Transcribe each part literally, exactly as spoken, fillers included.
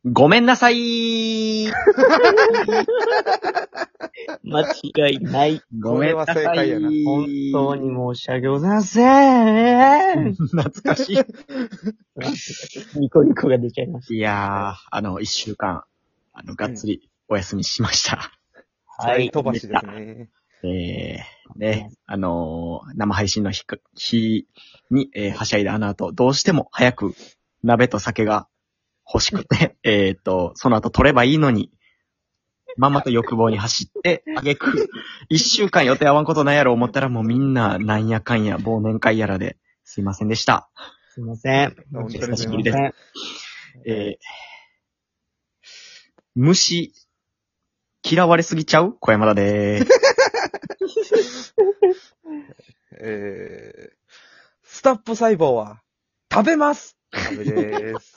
ごめんなさい。 間違いない。 ごめんなさい。 これは正解やな本当に申し訳ございません。 懐かしい。 ニコニコが出ちゃいましいやー、あの、一週間、あの、がっつりお休みしました。 た。はい。 再飛ばしですね。 えー、ね、あのー、生配信の日か日に、えー、はしゃいだあの後、どうしても早く鍋と酒が欲しくて、えーっと、その後取ればいいのに、まんまと欲望に走って、あげく、一週間予定合わんことないやろ思ったらもうみんななんやかんや忘年会やらで、すいませんでした。 すいません。 本当に久しぶりですすいません。 えー、虫、嫌われすぎちゃう小山田でーす。 えー、スタップ細胞は食べます食べでーす。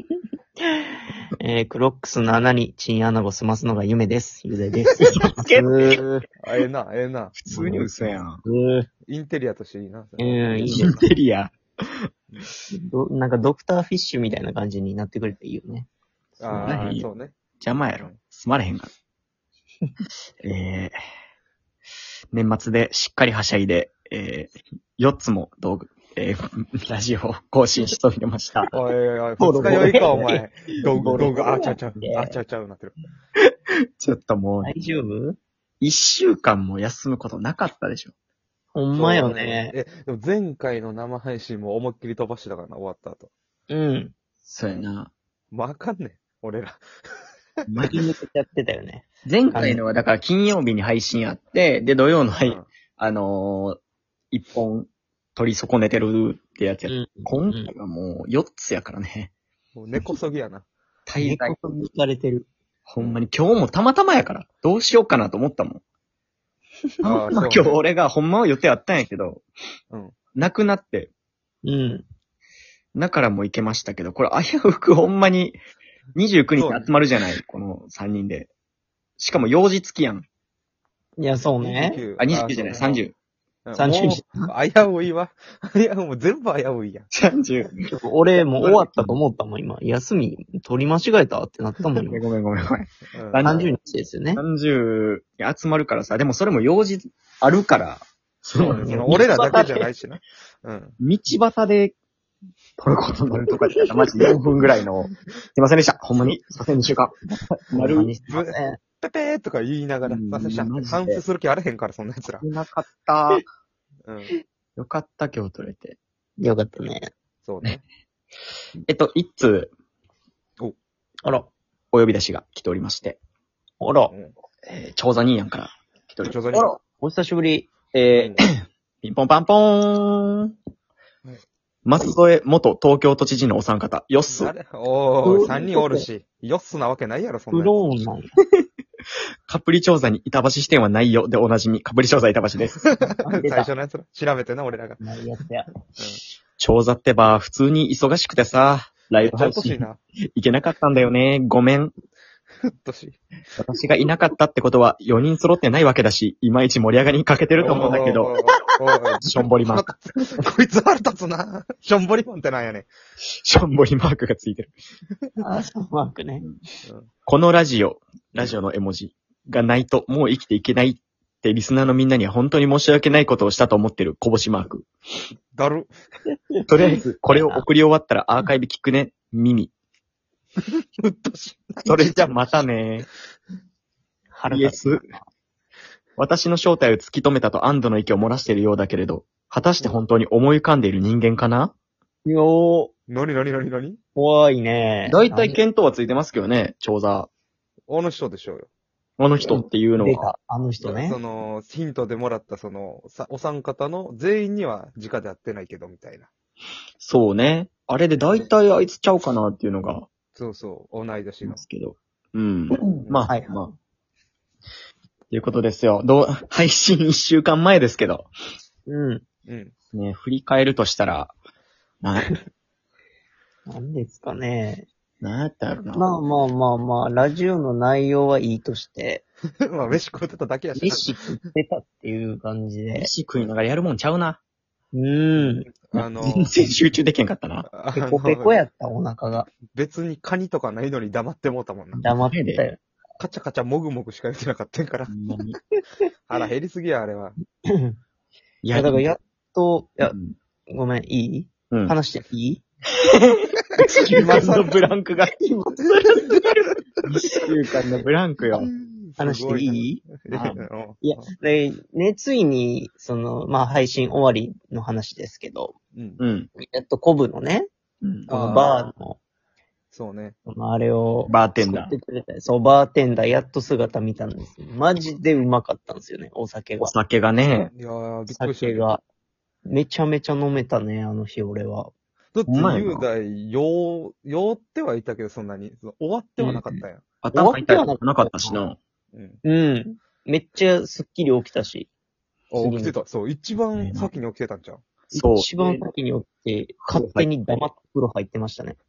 えー、クロックスの穴にチンアナゴ済ますのが夢です。ゆでです。 つけうーあ、ええな、ええな。 普通に嘘やん。 うーインテリアとしていいな。 うん、いいインテリア。 どなんかドクターフィッシュみたいな感じになってくれていいよね。 ああ、 いいそうね。 邪魔やろ。すまれへんから。えー、年末でしっかりはしゃいで、えー、よっつも道具、えー、ラジオを更新しといてました。 おいおいおい、 ボロボロ二日酔いか、お前。道具、 ボロボロ道具、あちゃちゃう、あちゃちゃうなってる。 ちょっともう、 大丈夫一週間も休むことなかったでしょ。 ほんまよね。 え、でも前回の生配信も思いっきり飛ばしてたからな、終わった後。 うん。 そうやな。 もうあかんねん、俺ら。 巻き抜けちゃってたよね。 前回のはだから金曜日に配信あって、で、土曜の、はい、 うんあのー、一本取り損ねてるってやつや。 うん。 今回はもうよっつやからね。 もう根こそぎやな。 滞在。 猫と抜かれてる。 ほんまに今日もたまたまやから。どうしようかなと思ったもん。 ああ、 まあそう今日俺がほんまは予定あったんやけど、 うん。 なくなって、 うん。 だからもう行けましたけど、これ危うくほんまににじゅうくにち集まるじゃない、このさんにんで。しかも用事付きやん。 いや、そうね。 あ、にじゅうきゅうじゃない、さんじゅう。 うんさんじゅうもう危ういわ。危うい、もう全部危ういやん。 さんじゅう。 俺もう終わったと思ったもん、今。休み取り間違えたってなったもん、今。 ごめんごめんごめん。 うんさんじゅうにちですよねさ。んじゅうに集まるからさ、でもそれも用事あるから、 そうね。その俺らだけじゃないしな。うん。 道端で撮ることになるとかって言ったらマジよんぷんぐらいの、すいませんでした。ほんまに、すいませんにしゅうかん。なるほんまにすいません。 ペペーとか言いながら、 うんまさしマジで反省する気あれへんから、そんな奴ら。 なかった。 うん。 よかった、今日撮れて。 よかったね。 そうね。 えっと、一通、 あら。 お呼び出しが来ておりまして、 あら。 うん。 えー、長座兄やんから来ております。 ちょうどに。 お久しぶり。 えー、ピンポンパンポーン。 はい松添元東京都知事のお三方、よっす。 誰おー、三人おるし、よっすなわけないやろ、そんなクやつ。 ローンなんや。 カプリ調査に板橋支店はないよでおなじみ、カプリ調査板橋です。 出最た。 初のやつら。調べてな、俺らが。 ないやつや。 調査ってば、普通に忙しくてさ、ライブちょ配信っとしいな。 行けなかったんだよね。ごめん。 うっとしい。 私がいなかったってことはよにん揃ってないわけだし、いまいち盛り上がりに欠けてると思うんだけど、 おー。おーおーしょんぼりマーク。 こいつ腹立つな。しょんぼりマンってなんやねん。 しょんぼりマークがついてる。 あ、そうマークね。 このラジオ、ラジオの絵文字がないともう生きていけないってリスナーのみんなには本当に申し訳ないことをしたと思ってるこぼしマーク。 だる。 とりあえず、これを送り終わったらアーカイブ聞くね、耳。 うっとしい。 それじゃまたね。 腹イエ立つス。私の正体を突き止めたと安堵の息を漏らしているようだけれど、果たして本当に思い浮かんでいる人間かな？ よなになになになにー、怖いね。 だいたい見当はついてますけどね、調査。 あの人でしょうよ。 あの人っていうのは。 出た。あの人ねそ。の、ヒントでもらったその、さお三方の全員には直で会ってないけど、みたいな。 そうね。あれでだいたいあいつちゃうかなっていうのが、 そうそう、同い年のいま。すけど。うん。まあ、 はいまあ。ということですよ。どう、配信一週間前ですけど。 うん。 うん。 ね、振り返るとしたら、な、 なんですかね。 なんやったやろな。 まあまあまあまあ、ラジオの内容はいいとして、 まあ、飯食ってただけやしな。 飯食ってたっていう感じで。 飯食いながらやるもんちゃうな。 うーん。 あの、 全然集中できへんかったな。 あペコペコのやった、お腹が。 別にカニとかないのに黙ってもうたもんな。 黙ってたよ。 カチャカチャもぐもぐしか言ってなかったんからほ。んまに。 腹減りすぎや、あれは。 いいや、だからやっと、いやう、ん。 ごめん、いいうん。 話していい一週間のブランクが。一週間のブランクよ。 話していいすごいなうんいや、で、ね、ついに、その、まあ、配信終わりの話ですけど、 うん。 うん。 やっとコブのね、 うん。 このバーの、 そうね。 そのあれを、 バーテンダー作ってくれた。そう、バーテンダー、やっと姿見たんですよ。マジでうまかったんですよね、お酒がお。酒がね。 いやー、びっくりした。 酒が。めちゃめちゃ飲めたね、あの日、俺は。 だって、 ほんまやな雄大、酔う、酔ってはいたけど、そんなに。その終わってはなかったやん。 頭痛いことなかったしな。 うん。 うん。めっちゃスッキリ起きたし。 あ、起きてた。そう、一番先に起きてたんちゃうそう。 一番先に起きて、勝手に黙って風呂入ってましたね。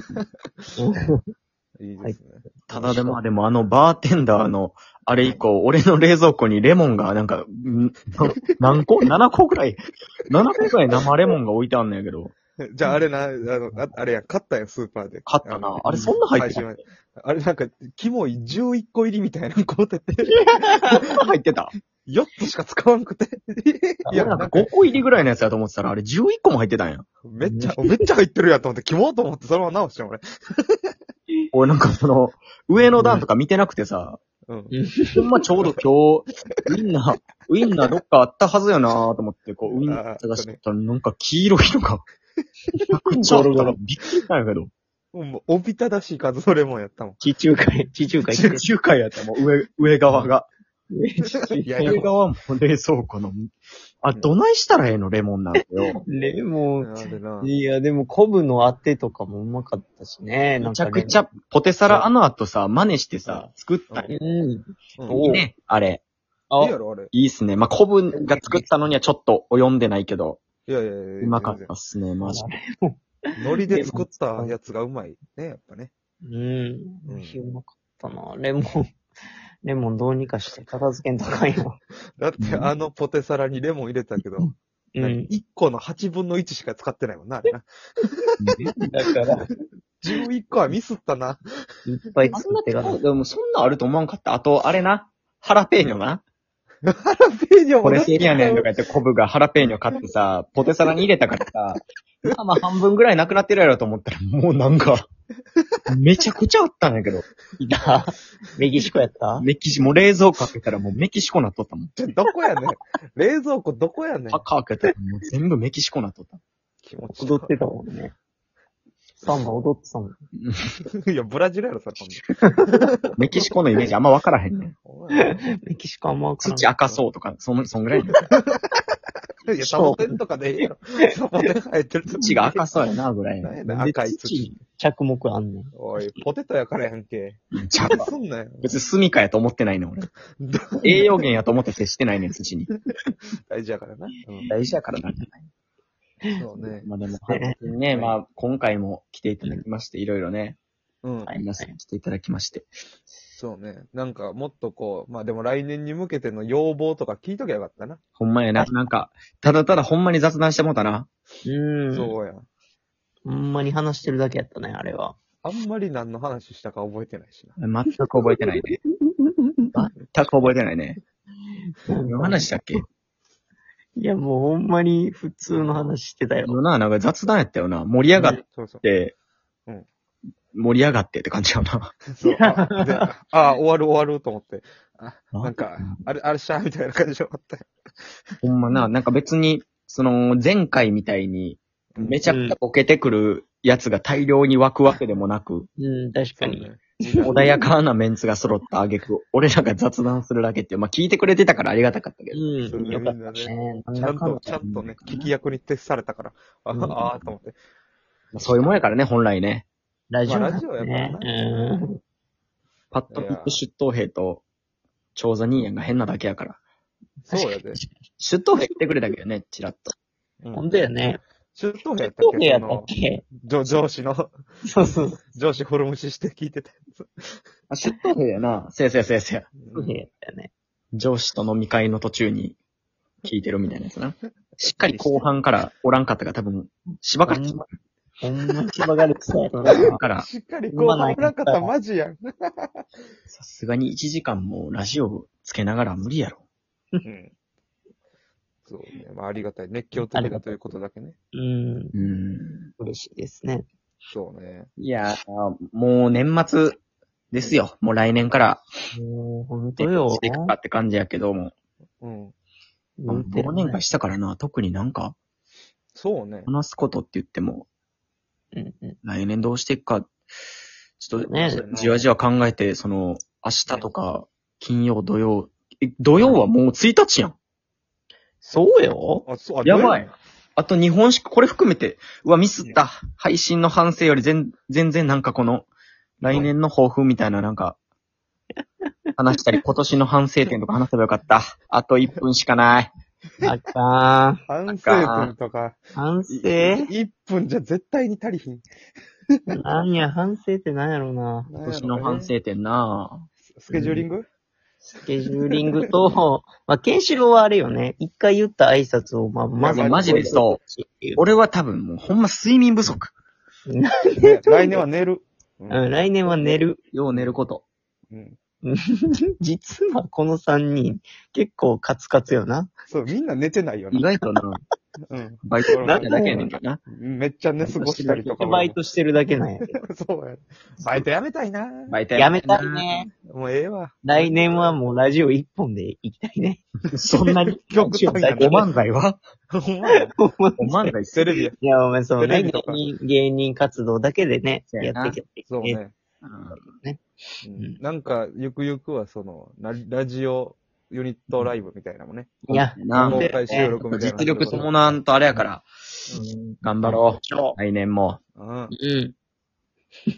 いいですね。 ただでも、でもあのバーテンダーの、あれ以降、俺の冷蔵庫にレモンがなんか、ん何個 ?なな 個くらい、ななこくらい生レモンが置いてあんのやけど。 じゃあ、あれな、あの、ああれやん、買ったやん、スーパーで。 買ったなのあれそんな入ってた配信前あれなんか、キモいじゅういっこ入りみたいなの買うてて、 入ってた。 よっつしか使わんくて。いや、 いや、なかなんんか、 ごこ入りぐらいのやつやと思ってたら、あれじゅういっこも入ってたんや。 めっちゃ、めっちゃ入ってるやんと思って、キモーと思って、そのまま直してん、俺。 俺なんかその、上の段とか見てなくてさ、 うん。 ほんまちょうど今日、ウインナー、ウインナーどっかあったはずよなと思って、こう、ウインナー探してたら、なんか黄色いのが、めちゃくちゃあったからびっくりしたんやけど。 もう、おびただしい数のレモンやったもん。 地中海、地中海行って中華やったもう上、上側が。 いやいや上側も冷蔵庫の、あ、どないしたらええのレモンなんだよ。 レモン。 あれな。 いや、でも、コブのあてとかもうまかったしね。 めちゃくちゃ。 ゃ、ポテサラあの後さ、真似してさ、作ったんよ。 うん。 うんいいね、あれ。 あいいやろ、あれ。 いいっすね。まあ、コブが作ったのにはちょっと及んでないけど、 いやいやいや。 うまかったっすね、マジで。 海苔で作ったやつがうまい。ね、やっぱね。 うん。 うんうまかったな。レモン、レモンどうにかして片付けんとかんよ。 だって、あのポテサラにレモン入れたけど、 うん。 いっこのはちぶんのいちしか使ってないもんな、あれな。 だから、 じゅういっこはミスったな。 いっぱいあんな作ってから。 でもそんなあると思わんかった。あと、あれな。ハラペーニョな。 ハラペーニョもなこれ好きやねんとか言ってコブがハラペーニョ買ってさ、ポテサラに入れたからさ、まあまあ半分ぐらいなくなってるやろと思ったら、もうなんか、めちゃくちゃあったんやけど。 いたメキシコやったメキシ、もう冷蔵庫開けたらもうメキシコなっとったもん。 ちょどこやねん。冷蔵庫どこやねん。 パカ開けたらもう全部メキシコなっとった。 気持ち踊ってたもんね。サンバ踊ってたもん。 いや、ブラジルやろ、それほんで。 メキシコのイメージあんま分からへんねん。 お前メキシコあんまわからん土赤そうとか、そん、そんぐらい。 いや、サボテンとかでいいやろ。サボテン生えてる。 土が赤そうやな、ぐらいの。 なんやねん赤い土。 着目あんねん。 おい、ポテトやからやんけ。 ちゃうわすんなよ。 別に住みかやと思ってないねん、俺。栄養源やと思って接してないねん、土に。 大事やからな。うん大事やからな。 そうね。 まあでも、本当にね、まあ、今回も来ていただきまして、いろいろね、 うん。 はい皆さん来ていただきまして。 そうね。なんか、もっとこう、まあでも来年に向けての要望とか聞いときゃよかったな。 ほんまやな、なんか、ただただほんまに雑談してもうたな。 うん。 そうや。 ほんまに話してるだけやったね、あれは。 あんまり何の話したか覚えてないしな。 全く覚えてないね。全く覚えてないね。何の話したっけいや、もうほんまに普通の話してたよ。 な、なんか雑談やったよな。盛り上がっそうそう。 て、 うん盛り上がってって感じやな。 そう。あ、であ終わる終わると思って。あ、なんか、あれ、あれしたみたいな感じで終わったよ。 ほんまな、なんか別に、その、前回みたいに、めちゃくちゃボケてくるやつが大量に湧くわけでもなく、 うん、確かに。 そうね。 穏やかなメンツが揃った挙句、俺らが雑談するだけっていう、まあ聞いてくれてたからありがたかったけど。 うん、 それでよかっみんなね、 たね。 ちゃんと、ちゃんとね、聞き役に徹されたから、あうんあーと思って。 まあそういうもんやからね、本来ね。 ラジオだまあラジオやからね。 なうん。 パッと見て出頭兵と、長座人間が変なだけやから。 そうやで。 出頭兵来てくれたけどね、チラッと。 うんほんとやね。 出頭兵やったっけどうやったっそのけ上上司の、 そうそう。 上司ホルムシして聞いてたやつ。 あ、出頭兵やな。せやせやせやせや。 そうやったよね。 上司と飲み会の途中に、 聞いてるみたいなやつな。しっかり後半からおらんかったが多分、芝かきほんまに芝がるくさやろな。 から、 しっかり後半おらんかったらマジやん。 さすがにいちじかんもラジオつけながら無理やろ。 うん。そうね。まあ、ありがたい。熱狂的だということだけね。 うん。 うん。 嬉しいですね。 そうね。 いやー、もう年末ですよ。もう来年から、 もう、ほんどうとよ。 していくかって感じやけども。 うん。 言うてるね忘年会したからな、特になんか、 そうね。 話すことって言っても、 うんうん。 来年どうしていくか、ちょっと、 ねじわじわ考えて、その、明日とか、金曜、土曜、え土曜はもうついたちやん。 そうよ。 あ、そう、あやばい。あと日本しか、これ含めて、うわ、ミスった。配信の反省より全全然なんかこの、来年の抱負みたいななんか、話したり、今年の反省点とか話せばよかった。あといっぷんしかない。 あか反省点とか、 ん。反省いっぷんじゃ絶対に足りひん。 なんや、反省ってなんやろな。 今年の反省点なスケジューリングスケジューリングと、まあ、ケンシロウはあれよね。一回言った挨拶を、まあ、まずいやマジでそうう。 俺は多分もうほんま睡眠不足。 なね来年は寝る。ううん、来年は寝る。 よう寝ること。 うん。 実はこの三人、結構カツカツよな。 そう、みんな寝てないよ意な。 外とな、 うん。 バイトなんだけやねんけどな。 めっちゃ寝過ごしたりとかも。 バイトしてるだけなんやけど。 そうや。バイトやめたいな。 バイトやめたい。ね。 もうええわ。 来年はもうラジオ一本で行きたいね。 そんなに。 極端やなお漫才はほんまや。 お漫才テレビや。 いや、お前そうね、 テレビとか芸人、芸人活動だけでね、やそうやなっていけそうね。 ね。 うんなんか、ゆくゆくはその、ララジオユニットライブみたいなのもね。 いや、 な公開収録みたいな。 実力伴わんとあれやから、頑張ろう。来年も。 うん。 うん。